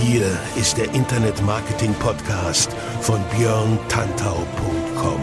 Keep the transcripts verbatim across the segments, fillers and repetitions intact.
Hier ist der Internet-Marketing-Podcast von björn tantau punkt com.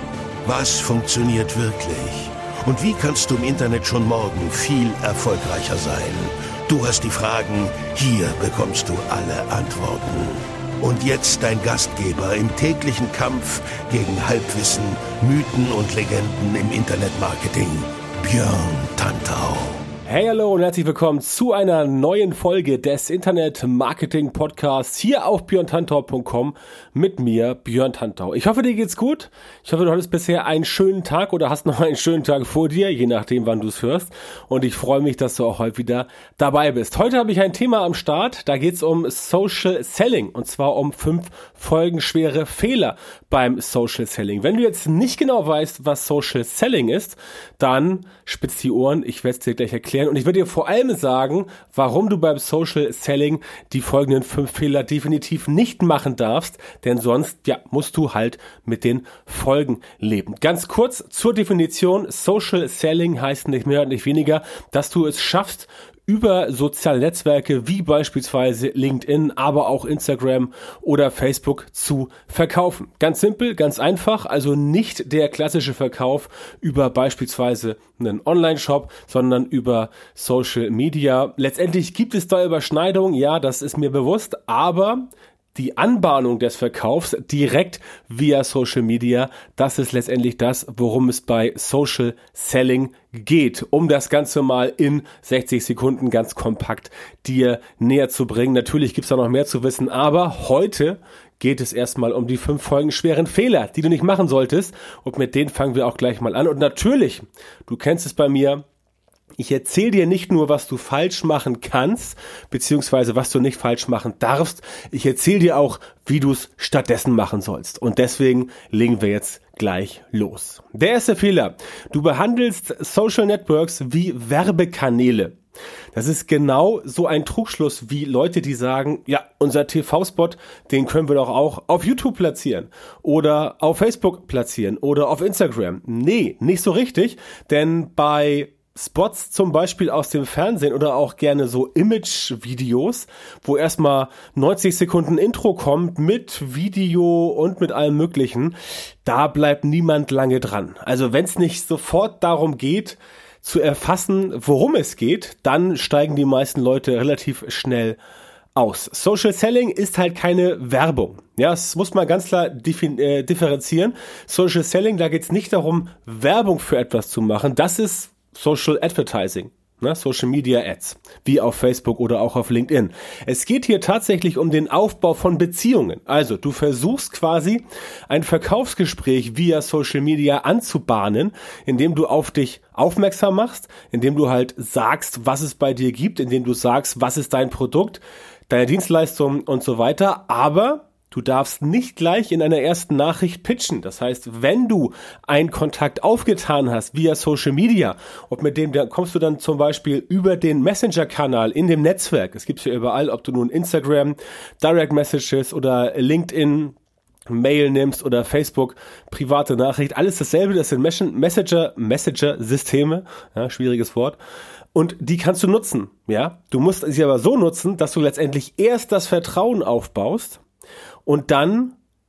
Was funktioniert wirklich? Und wie kannst du im Internet schon morgen viel erfolgreicher sein? Du hast die Fragen, hier bekommst du alle Antworten. Und jetzt dein Gastgeber im täglichen Kampf gegen Halbwissen, Mythen und Legenden im Internet-Marketing, Björn Tantau. Hey, hallo und herzlich willkommen zu einer neuen Folge des Internet-Marketing-Podcasts hier auf björn tantau punkt com mit mir, Björn Tantau. Ich hoffe, dir geht's gut. Ich hoffe, du hattest bisher einen schönen Tag oder hast noch einen schönen Tag vor dir, je nachdem, wann du es hörst. Und ich freue mich, dass du auch heute wieder dabei bist. Heute habe ich ein Thema am Start. Da geht's um Social Selling und zwar um fünf folgenschwere Fehler beim Social Selling. Wenn du jetzt nicht genau weißt, was Social Selling ist, dann spitz die Ohren. Ich werde es dir gleich erklären. Und ich werde dir vor allem sagen, warum du beim Social Selling die folgenden fünf Fehler definitiv nicht machen darfst, denn sonst ja, musst du halt mit den Folgen leben. Ganz kurz zur Definition. Social Selling heißt nicht mehr und nicht weniger, dass du es schaffst, über soziale Netzwerke wie beispielsweise LinkedIn, aber auch Instagram oder Facebook zu verkaufen. Ganz simpel, ganz einfach, also nicht der klassische Verkauf über beispielsweise einen Online-Shop, sondern über Social Media. Letztendlich gibt es da Überschneidungen, ja, das ist mir bewusst, aber die Anbahnung des Verkaufs direkt via Social Media, das ist letztendlich das, worum es bei Social Selling geht, um das Ganze mal in sechzig Sekunden ganz kompakt dir näher zu bringen. Natürlich gibt's da noch mehr zu wissen, aber heute geht es erstmal um die fünf folgenschweren Fehler, die du nicht machen solltest, und mit denen fangen wir auch gleich mal an. Und natürlich, du kennst es bei mir, ich erzähle dir nicht nur, was du falsch machen kannst, beziehungsweise was du nicht falsch machen darfst. Ich erzähle dir auch, wie du es stattdessen machen sollst. Und deswegen legen wir jetzt gleich los. Der erste Fehler. Du behandelst Social Networks wie Werbekanäle. Das ist genau so ein Trugschluss wie Leute, die sagen, ja, unser T V-Spot, den können wir doch auch auf YouTube platzieren oder auf Facebook platzieren oder auf Instagram. Nee, nicht so richtig, denn bei Spots zum Beispiel aus dem Fernsehen oder auch gerne so Image-Videos, wo erstmal neunzig Sekunden Intro kommt mit Video und mit allem Möglichen, da bleibt niemand lange dran. Also wenn es nicht sofort darum geht, zu erfassen, worum es geht, dann steigen die meisten Leute relativ schnell aus. Social Selling ist halt keine Werbung. Ja, das muss man ganz klar diffi- äh, differenzieren. Social Selling, da geht es nicht darum, Werbung für etwas zu machen. Das ist Social Advertising, ne? Social Media Ads, wie auf Facebook oder auch auf LinkedIn. Es geht hier tatsächlich um den Aufbau von Beziehungen. Also du versuchst quasi ein Verkaufsgespräch via Social Media anzubahnen, indem du auf dich aufmerksam machst, indem du halt sagst, was es bei dir gibt, indem du sagst, was ist dein Produkt, deine Dienstleistung und so weiter. Aber du darfst nicht gleich in einer ersten Nachricht pitchen. Das heißt, wenn du einen Kontakt aufgetan hast via Social Media und mit dem da kommst du dann zum Beispiel über den Messenger-Kanal in dem Netzwerk. Es gibt ja überall, ob du nun Instagram, Direct Messages oder LinkedIn, Mail nimmst oder Facebook, private Nachricht, alles dasselbe. Das sind Messenger, Messenger-Systeme, ja, schwieriges Wort. Und die kannst du nutzen, ja. Du musst sie aber so nutzen, dass du letztendlich erst das Vertrauen aufbaust und dann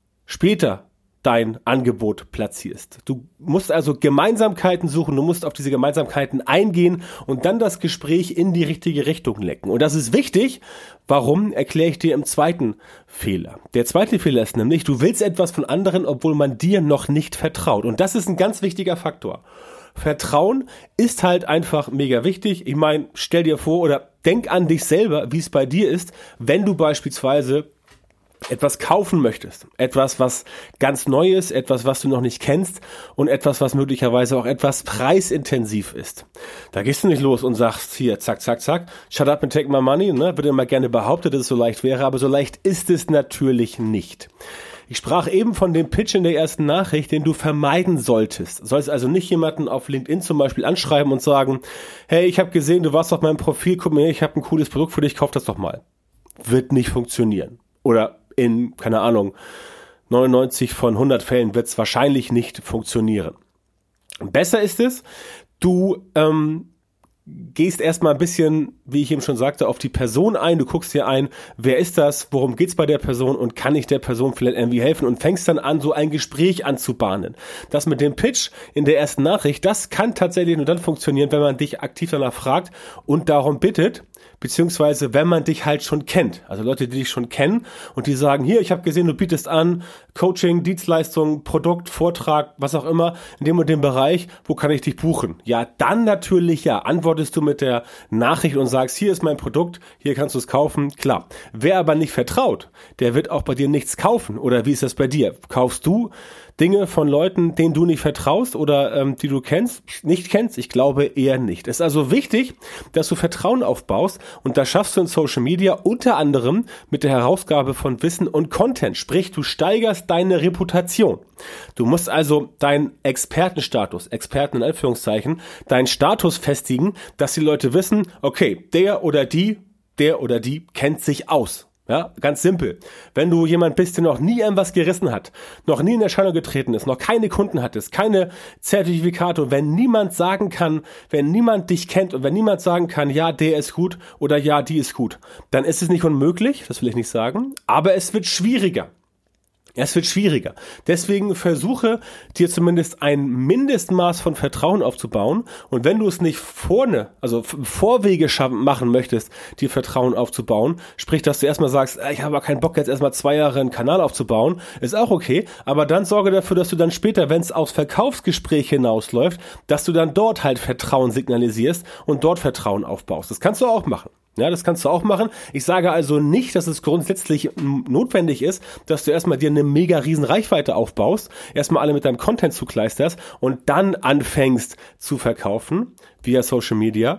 später dein Angebot platzierst. Du musst also Gemeinsamkeiten suchen, du musst auf diese Gemeinsamkeiten eingehen und dann das Gespräch in die richtige Richtung lenken. Und das ist wichtig. Warum, erkläre ich dir im zweiten Fehler. Der zweite Fehler ist nämlich, du willst etwas von anderen, obwohl man dir noch nicht vertraut. Und das ist ein ganz wichtiger Faktor. Vertrauen ist halt einfach mega wichtig. Ich meine, stell dir vor oder denk an dich selber, wie es bei dir ist, wenn du beispielsweise etwas kaufen möchtest, etwas, was ganz neu ist, etwas, was du noch nicht kennst und etwas, was möglicherweise auch etwas preisintensiv ist. Da gehst du nicht los und sagst hier, zack, zack, zack, shut up and take my money, ne? Wird immer gerne behauptet, dass es so leicht wäre, aber so leicht ist es natürlich nicht. Ich sprach eben von dem Pitch in der ersten Nachricht, den du vermeiden solltest. Du sollst also nicht jemanden auf LinkedIn zum Beispiel anschreiben und sagen, hey, ich habe gesehen, du warst auf meinem Profil, guck mal, ich habe ein cooles Produkt für dich, kauf das doch mal. Wird nicht funktionieren. Oder in, keine Ahnung, neunundneunzig von hundert Fällen wird es wahrscheinlich nicht funktionieren. Besser ist es, du ähm, gehst erstmal ein bisschen, wie ich eben schon sagte, auf die Person ein. Du guckst dir ein, wer ist das, worum geht's bei der Person und kann ich der Person vielleicht irgendwie helfen und fängst dann an, so ein Gespräch anzubahnen. Das mit dem Pitch in der ersten Nachricht, das kann tatsächlich nur dann funktionieren, wenn man dich aktiv danach fragt und darum bittet, beziehungsweise wenn man dich halt schon kennt. Also Leute, die dich schon kennen und die sagen, hier, ich habe gesehen, du bietest an, Coaching, Dienstleistung, Produkt, Vortrag, was auch immer, in dem und dem Bereich, wo kann ich dich buchen? Ja, dann natürlich ja, antwortest du mit der Nachricht und sagst, hier ist mein Produkt, hier kannst du es kaufen, klar. Wer aber nicht vertraut, der wird auch bei dir nichts kaufen. Oder wie ist das bei dir? Kaufst du Dinge von Leuten, denen du nicht vertraust oder ähm, die du kennst, nicht kennst? Ich glaube eher nicht. Es ist also wichtig, dass du Vertrauen aufbaust und das schaffst du in Social Media unter anderem mit der Herausgabe von Wissen und Content. Sprich, du steigerst deine Reputation. Du musst also deinen Expertenstatus, Experten in Anführungszeichen, deinen Status festigen, dass die Leute wissen, okay, der oder die, der oder die kennt sich aus. Ja, ganz simpel. Wenn du jemand bist, der noch nie irgendwas gerissen hat, noch nie in Erscheinung getreten ist, noch keine Kunden hattest, keine Zertifikate und wenn niemand sagen kann, wenn niemand dich kennt und wenn niemand sagen kann, ja, der ist gut oder ja, die ist gut, dann ist es nicht unmöglich, das will ich nicht sagen, aber es wird schwieriger. Es wird schwieriger. Deswegen versuche dir zumindest ein Mindestmaß von Vertrauen aufzubauen. Und wenn du es nicht vorne, also Vorwege schaffen, machen möchtest, dir Vertrauen aufzubauen, sprich, dass du erstmal sagst, ich habe aber keinen Bock, jetzt erstmal zwei Jahre einen Kanal aufzubauen, ist auch okay. Aber dann sorge dafür, dass du dann später, wenn es aufs Verkaufsgespräch hinausläuft, dass du dann dort halt Vertrauen signalisierst und dort Vertrauen aufbaust. Das kannst du auch machen. Ja, das kannst du auch machen. Ich sage also nicht, dass es grundsätzlich notwendig ist, dass du erstmal dir eine mega riesen Reichweite aufbaust, erstmal alle mit deinem Content zukleisterst und dann anfängst zu verkaufen via Social Media.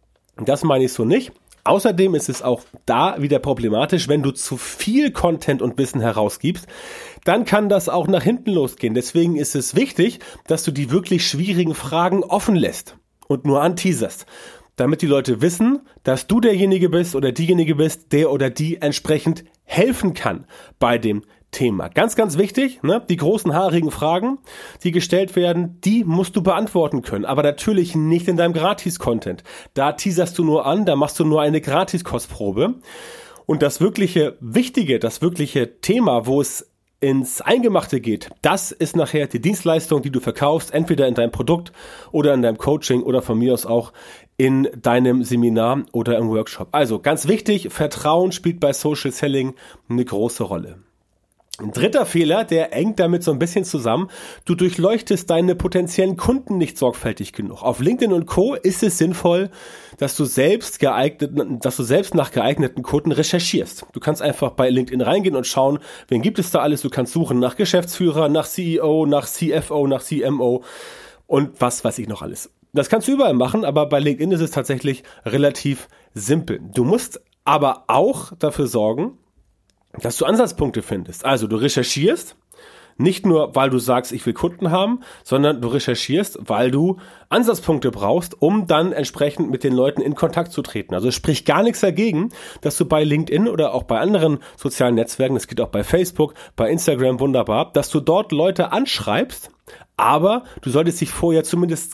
Das meine ich so nicht. Außerdem ist es auch da wieder problematisch, wenn du zu viel Content und Wissen herausgibst, dann kann das auch nach hinten losgehen. Deswegen ist es wichtig, dass du die wirklich schwierigen Fragen offen lässt und nur anteaserst, damit die Leute wissen, dass du derjenige bist oder diejenige bist, der oder die entsprechend helfen kann bei dem Thema. Ganz, ganz wichtig, ne? Die großen haarigen Fragen, die gestellt werden, die musst du beantworten können, aber natürlich nicht in deinem Gratis-Content. Da teaserst du nur an, da machst du nur eine Gratis-Kostprobe. Und das wirkliche Wichtige, das wirkliche Thema, wo es ins Eingemachte geht, das ist nachher die Dienstleistung, die du verkaufst, entweder in deinem Produkt oder in deinem Coaching oder von mir aus auch in deinem Seminar oder im Workshop. Also ganz wichtig, Vertrauen spielt bei Social Selling eine große Rolle. Ein dritter Fehler, der engt damit so ein bisschen zusammen. Du durchleuchtest deine potenziellen Kunden nicht sorgfältig genug. Auf LinkedIn und Co. ist es sinnvoll, dass du selbst geeignet, dass du selbst nach geeigneten Kunden recherchierst. Du kannst einfach bei LinkedIn reingehen und schauen, wen gibt es da alles. Du kannst suchen nach Geschäftsführer, nach C E O, nach C F O, nach C M O und was weiß ich noch alles. Das kannst du überall machen, aber bei LinkedIn ist es tatsächlich relativ simpel. Du musst aber auch dafür sorgen, dass du Ansatzpunkte findest. Also du recherchierst, nicht nur, weil du sagst, ich will Kunden haben, sondern du recherchierst, weil du Ansatzpunkte brauchst, um dann entsprechend mit den Leuten in Kontakt zu treten. Also es spricht gar nichts dagegen, dass du bei LinkedIn oder auch bei anderen sozialen Netzwerken, das geht auch bei Facebook, bei Instagram wunderbar, dass du dort Leute anschreibst, aber du solltest dich vorher zumindest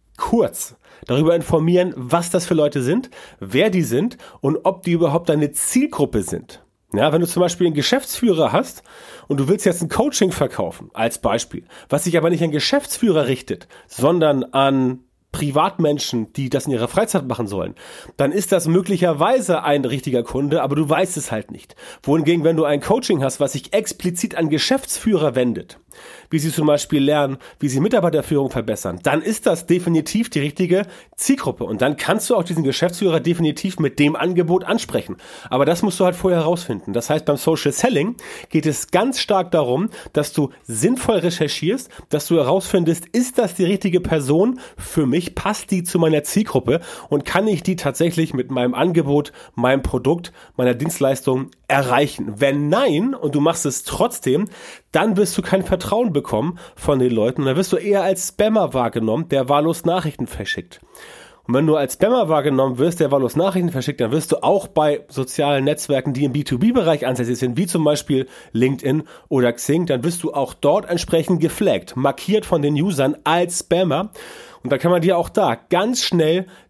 kurz darüber informieren, was das für Leute sind, wer die sind und ob die überhaupt deine Zielgruppe sind. Ja, wenn du zum Beispiel einen Geschäftsführer hast und du willst jetzt ein Coaching verkaufen, als Beispiel, was sich aber nicht an Geschäftsführer richtet, sondern an Privatmenschen, die das in ihrer Freizeit machen sollen, dann ist das möglicherweise ein richtiger Kunde, aber du weißt es halt nicht. Wohingegen, wenn du ein Coaching hast, was sich explizit an Geschäftsführer wendet, wie sie zum Beispiel lernen, wie sie Mitarbeiterführung verbessern, dann ist das definitiv die richtige Zielgruppe und dann kannst du auch diesen Geschäftsführer definitiv mit dem Angebot ansprechen. Aber das musst du halt vorher herausfinden. Das heißt, beim Social Selling geht es ganz stark darum, dass du sinnvoll recherchierst, dass du herausfindest, ist das die richtige Person für mich? Passt die zu meiner Zielgruppe und kann ich die tatsächlich mit meinem Angebot, meinem Produkt, meiner Dienstleistung erreichen? Wenn nein und du machst es trotzdem, dann wirst du kein Vertrauen bekommen von den Leuten und dann wirst du eher als Spammer wahrgenommen, der wahllos Nachrichten verschickt. Und wenn du als Spammer wahrgenommen wirst, der wahllos Nachrichten verschickt, dann wirst du auch bei sozialen Netzwerken, die im B zwei B-Bereich ansässig sind, wie zum Beispiel LinkedIn oder Xing, dann wirst du auch dort entsprechend geflaggt, markiert von den Usern als Spammer. Und da kann man dir auch da ganz schnell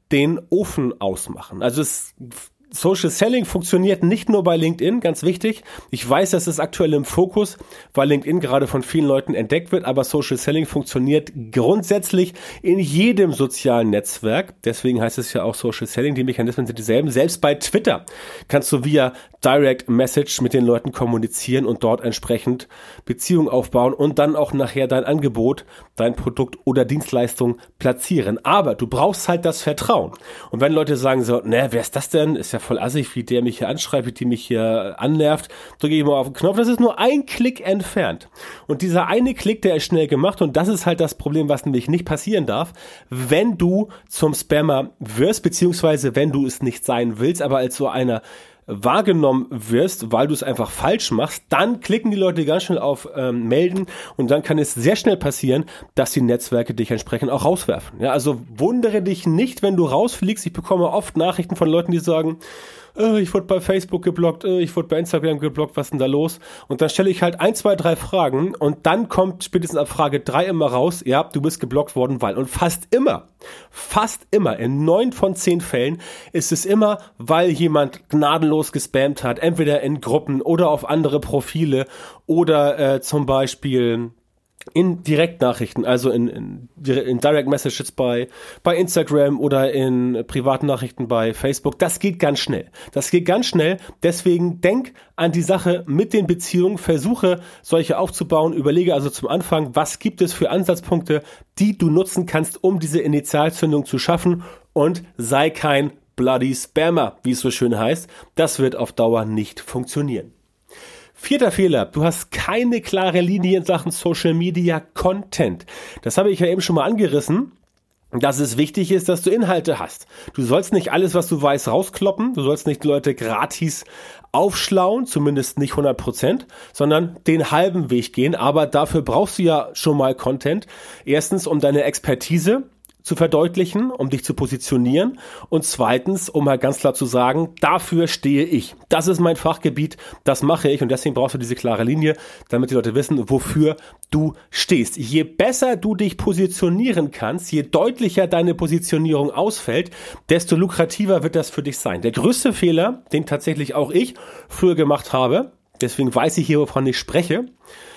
den Ofen ausmachen. Also es Social Selling funktioniert nicht nur bei LinkedIn, ganz wichtig. Ich weiß, das ist aktuell im Fokus, weil LinkedIn gerade von vielen Leuten entdeckt wird, aber Social Selling funktioniert grundsätzlich in jedem sozialen Netzwerk. Deswegen heißt es ja auch Social Selling, die Mechanismen sind dieselben. Selbst bei Twitter kannst du via Direct Message mit den Leuten kommunizieren und dort entsprechend Beziehungen aufbauen und dann auch nachher dein Angebot, dein Produkt oder Dienstleistung platzieren. Aber du brauchst halt das Vertrauen. Und wenn Leute sagen so, ne, wer ist das denn? Ist ja voll assig, wie der mich hier anschreibt, wie die mich hier annervt, drücke ich mal auf den Knopf. Das ist nur ein Klick entfernt. Und dieser eine Klick, der ist schnell gemacht und das ist halt das Problem, was nämlich nicht passieren darf, wenn du zum Spammer wirst, beziehungsweise wenn du es nicht sein willst, aber als so einer wahrgenommen wirst, weil du es einfach falsch machst, dann klicken die Leute ganz schnell auf ähm, Melden und dann kann es sehr schnell passieren, dass die Netzwerke dich entsprechend auch rauswerfen. Ja, also wundere dich nicht, wenn du rausfliegst. Ich bekomme oft Nachrichten von Leuten, die sagen, äh, ich wurde bei Facebook geblockt, äh, ich wurde bei Instagram geblockt, was ist denn da los? Und dann stelle ich halt ein, zwei, drei Fragen und dann kommt spätestens ab Frage drei immer raus, ja, du bist geblockt worden, weil. Und fast immer, fast immer, in neun von zehn Fällen ist es immer, weil jemand gnadenlos gespammt hat, entweder in Gruppen oder auf andere Profile oder äh, zum Beispiel in Direktnachrichten, also in, in, in Direct Messages bei, bei Instagram oder in privaten Nachrichten bei Facebook. Das geht ganz schnell. Das geht ganz schnell. Deswegen denk an die Sache mit den Beziehungen, versuche solche aufzubauen, überlege also zum Anfang, was gibt es für Ansatzpunkte, die du nutzen kannst, um diese Initialzündung zu schaffen und sei kein bloody Spammer, wie es so schön heißt. Das wird auf Dauer nicht funktionieren. Vierter Fehler, du hast keine klare Linie in Sachen Social Media Content. Das habe ich ja eben schon mal angerissen, dass es wichtig ist, dass du Inhalte hast. Du sollst nicht alles, was du weißt, rauskloppen. Du sollst nicht Leute gratis aufschlauen, zumindest nicht hundert Prozent, sondern den halben Weg gehen. Aber dafür brauchst du ja schon mal Content. Erstens, um deine Expertise zu verdeutlichen, um dich zu positionieren und zweitens, um halt ganz klar zu sagen, dafür stehe ich. Das ist mein Fachgebiet, das mache ich und deswegen brauchst du diese klare Linie, damit die Leute wissen, wofür du stehst. Je besser du dich positionieren kannst, je deutlicher deine Positionierung ausfällt, desto lukrativer wird das für dich sein. Der größte Fehler, den tatsächlich auch ich früher gemacht habe, deswegen weiß ich hier, wovon ich spreche,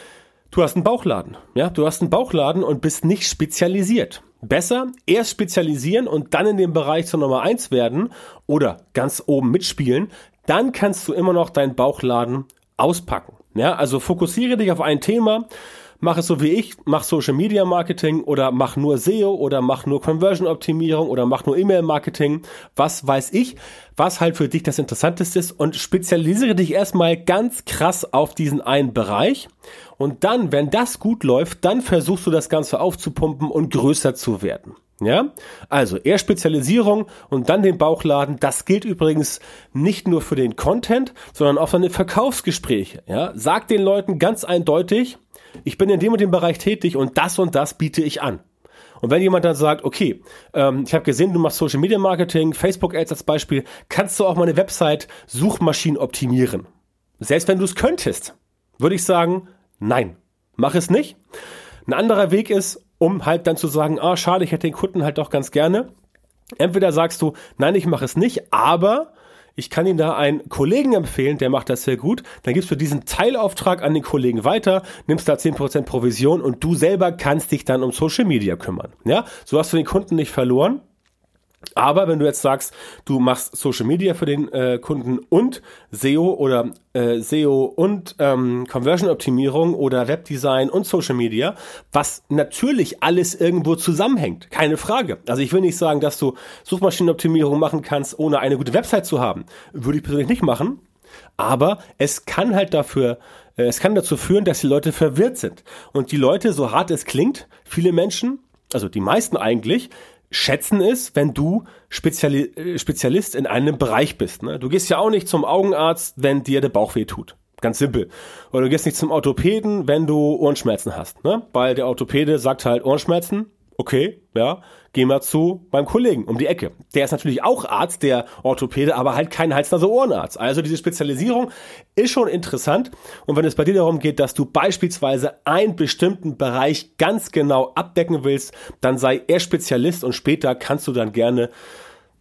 du hast einen Bauchladen. Ja, du hast einen Bauchladen und bist nicht spezialisiert. Besser erst spezialisieren und dann in dem Bereich zur Nummer eins werden oder ganz oben mitspielen, dann kannst du immer noch deinen Bauchladen auspacken. Ja, also fokussiere dich auf ein Thema, mach es so wie ich, mach Social Media Marketing oder mach nur S E O oder mach nur Conversion Optimierung oder mach nur E-Mail Marketing, was weiß ich, was halt für dich das Interessanteste ist und spezialisiere dich erstmal ganz krass auf diesen einen Bereich und dann, wenn das gut läuft, dann versuchst du das Ganze aufzupumpen und größer zu werden. Ja, also eher Spezialisierung und dann den Bauchladen. Das gilt übrigens nicht nur für den Content, sondern auch für deine Verkaufsgespräche. Ja, sag den Leuten ganz eindeutig, ich bin in dem und dem Bereich tätig und das und das biete ich an. Und wenn jemand dann sagt, okay, ähm, ich habe gesehen, du machst Social Media Marketing, Facebook Ads als Beispiel, kannst du auch meine Website Suchmaschinen optimieren? Selbst wenn du es könntest, würde ich sagen, nein, mach es nicht. Ein anderer Weg ist, um halt dann zu sagen, ah, schade, ich hätte den Kunden halt doch ganz gerne. Entweder sagst du, nein, ich mache es nicht, aber ich kann Ihnen da einen Kollegen empfehlen, der macht das sehr gut. Dann gibst du diesen Teilauftrag an den Kollegen weiter, nimmst da zehn Prozent Provision und du selber kannst dich dann um Social Media kümmern. Ja, so hast du den Kunden nicht verloren. Aber wenn du jetzt sagst, du machst Social Media für den äh, Kunden und S E O oder äh, S E O und ähm, Conversion-Optimierung oder Webdesign und Social Media, was natürlich alles irgendwo zusammenhängt, keine Frage. Also ich will nicht sagen, dass du Suchmaschinenoptimierung machen kannst, ohne eine gute Website zu haben. Würde ich persönlich nicht machen. Aber es kann halt dafür, äh, es kann dazu führen, dass die Leute verwirrt sind. Und die Leute, so hart es klingt, viele Menschen, also die meisten eigentlich, schätzen es, wenn du Speziali- Spezialist in einem Bereich bist. Ne? Du gehst ja auch nicht zum Augenarzt, wenn dir der Bauch weh tut. Ganz simpel. Oder du gehst nicht zum Orthopäden, wenn du Ohrenschmerzen hast. Ne? Weil der Orthopäde sagt halt Ohrenschmerzen, okay, ja, geh mal zu meinem Kollegen um die Ecke. Der ist natürlich auch Arzt, der Orthopäde, aber halt kein Hals-Nase-Ohrenarzt. Also diese Spezialisierung ist schon interessant. Und wenn es bei dir darum geht, dass du beispielsweise einen bestimmten Bereich ganz genau abdecken willst, dann sei er Spezialist und später kannst du dann gerne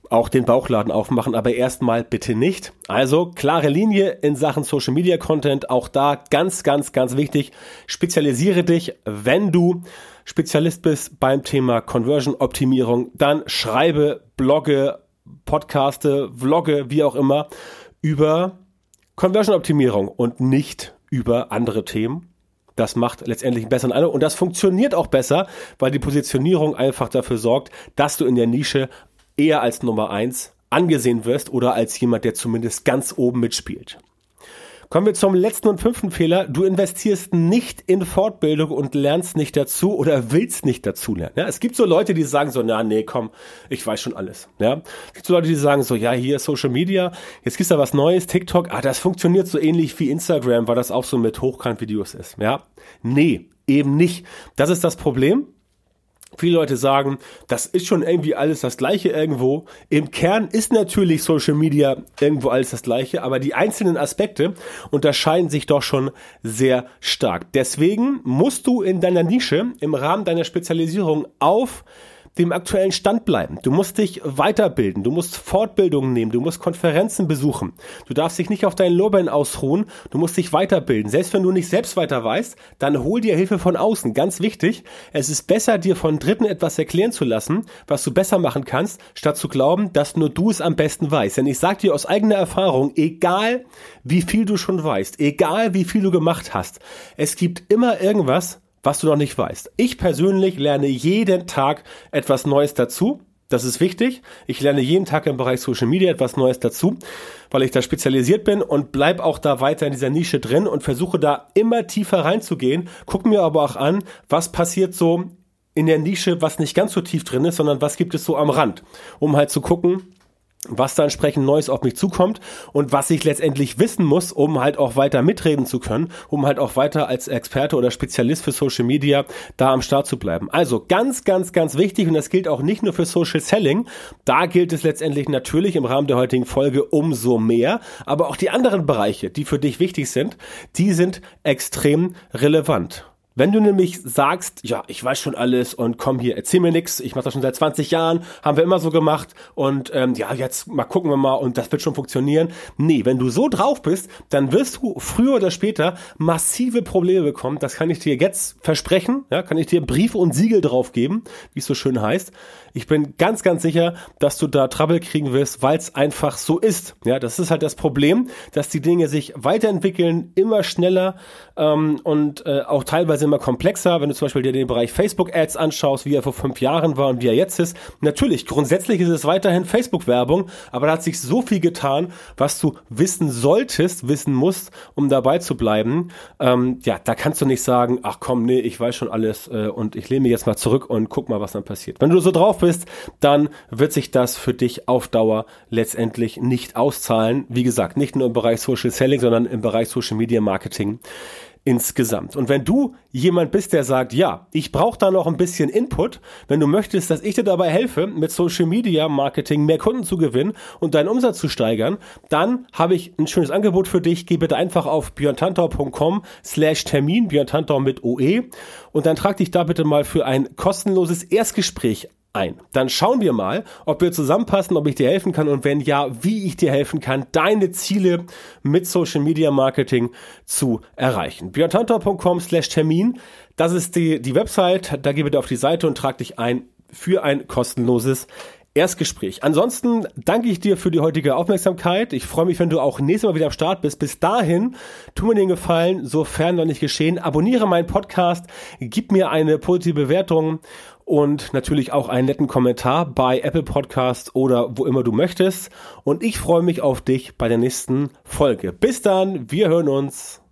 auch den Bauchladen aufmachen, aber erstmal bitte nicht. Also klare Linie in Sachen Social Media Content, auch da ganz, ganz, ganz wichtig. Spezialisiere dich, wenn du Spezialist bist beim Thema Conversion Optimierung, dann schreibe, blogge, podcaste, vlogge, wie auch immer, über Conversion Optimierung und nicht über andere Themen. Das macht letztendlich einen besseren Eindruck und das funktioniert auch besser, weil die Positionierung einfach dafür sorgt, dass du in der Nische eher als Nummer eins angesehen wirst oder als jemand, der zumindest ganz oben mitspielt. Kommen wir zum letzten und fünften Fehler. Du investierst nicht in Fortbildung und lernst nicht dazu oder willst nicht dazu lernen. Ja, es gibt so Leute, die sagen so, na nee, komm, ich weiß schon alles. Ja, es gibt so Leute, die sagen so, ja, hier Social Media, jetzt gibt's da was Neues, TikTok, ah, das funktioniert so ähnlich wie Instagram, weil das auch so mit Hochkant-Videos ist. Ja, nee, eben nicht. Das ist das Problem. Viele Leute sagen, das ist schon irgendwie alles das Gleiche irgendwo. Im Kern ist natürlich Social Media irgendwo alles das Gleiche, aber die einzelnen Aspekte unterscheiden sich doch schon sehr stark. Deswegen musst du in deiner Nische im Rahmen deiner Spezialisierung auf dem aktuellen Stand bleiben. Du musst dich weiterbilden, du musst Fortbildungen nehmen, du musst Konferenzen besuchen. Du darfst dich nicht auf deinen Lorbeeren ausruhen, du musst dich weiterbilden. Selbst wenn du nicht selbst weiter weißt, dann hol dir Hilfe von außen. Ganz wichtig, es ist besser, dir von Dritten etwas erklären zu lassen, was du besser machen kannst, statt zu glauben, dass nur du es am besten weißt. Denn ich sage dir aus eigener Erfahrung, egal wie viel du schon weißt, egal wie viel du gemacht hast, es gibt immer irgendwas, was du noch nicht weißt. Ich persönlich lerne jeden Tag etwas Neues dazu. Das ist wichtig. Ich lerne jeden Tag im Bereich Social Media etwas Neues dazu, weil ich da spezialisiert bin und bleib auch da weiter in dieser Nische drin und versuche da immer tiefer reinzugehen. Guck mir aber auch an, was passiert so in der Nische, was nicht ganz so tief drin ist, sondern was gibt es so am Rand, um halt zu gucken, was da entsprechend Neues auf mich zukommt und was ich letztendlich wissen muss, um halt auch weiter mitreden zu können, um halt auch weiter als Experte oder Spezialist für Social Media da am Start zu bleiben. Also ganz, ganz, ganz wichtig und das gilt auch nicht nur für Social Selling, da gilt es letztendlich natürlich im Rahmen der heutigen Folge umso mehr, aber auch die anderen Bereiche, die für dich wichtig sind, die sind extrem relevant. Wenn du nämlich sagst, ja, ich weiß schon alles und komm hier, erzähl mir nix, ich mache das schon seit zwanzig Jahren, haben wir immer so gemacht und ähm, ja, jetzt mal gucken wir mal und das wird schon funktionieren. Nee, wenn du so drauf bist, dann wirst du früher oder später massive Probleme bekommen. Das kann ich dir jetzt versprechen, ja, kann ich dir Briefe und Siegel drauf geben, wie es so schön heißt. Ich bin ganz, ganz sicher, dass du da Trouble kriegen wirst, weil es einfach so ist. Ja, das ist halt das Problem, dass die Dinge sich weiterentwickeln, immer schneller ähm, und äh, auch teilweise immer komplexer. Wenn du zum Beispiel dir den Bereich Facebook-Ads anschaust, wie er vor fünf Jahren war und wie er jetzt ist. Natürlich, grundsätzlich ist es weiterhin Facebook-Werbung, aber da hat sich so viel getan, was du wissen solltest, wissen musst, um dabei zu bleiben. Ähm, ja, da kannst du nicht sagen, ach komm, nee, ich weiß schon alles äh, und ich lehne mich jetzt mal zurück und guck mal, was dann passiert. Wenn du so drauf bist, dann wird sich das für dich auf Dauer letztendlich nicht auszahlen. Wie gesagt, nicht nur im Bereich Social Selling, sondern im Bereich Social Media Marketing insgesamt. Und wenn du jemand bist, der sagt, ja, ich brauche da noch ein bisschen Input, wenn du möchtest, dass ich dir dabei helfe, mit Social Media Marketing mehr Kunden zu gewinnen und deinen Umsatz zu steigern, dann habe ich ein schönes Angebot für dich. Geh bitte einfach auf björntantau.com slash Termin, björntantau mit O E und dann trag dich da bitte mal für ein kostenloses Erstgespräch ein. Dann schauen wir mal, ob wir zusammenpassen, ob ich dir helfen kann und wenn ja, wie ich dir helfen kann, deine Ziele mit Social Media Marketing zu erreichen. björntantau.com slash Termin, das ist die, die Website, da geh bitte auf die Seite und trag dich ein für ein kostenloses Erstgespräch. Ansonsten danke ich dir für die heutige Aufmerksamkeit. Ich freue mich, wenn du auch nächstes Mal wieder am Start bist. Bis dahin, tu mir den Gefallen, sofern noch nicht geschehen, abonniere meinen Podcast, gib mir eine positive Bewertung und natürlich auch einen netten Kommentar bei Apple Podcasts oder wo immer du möchtest. Und ich freue mich auf dich bei der nächsten Folge. Bis dann, wir hören uns.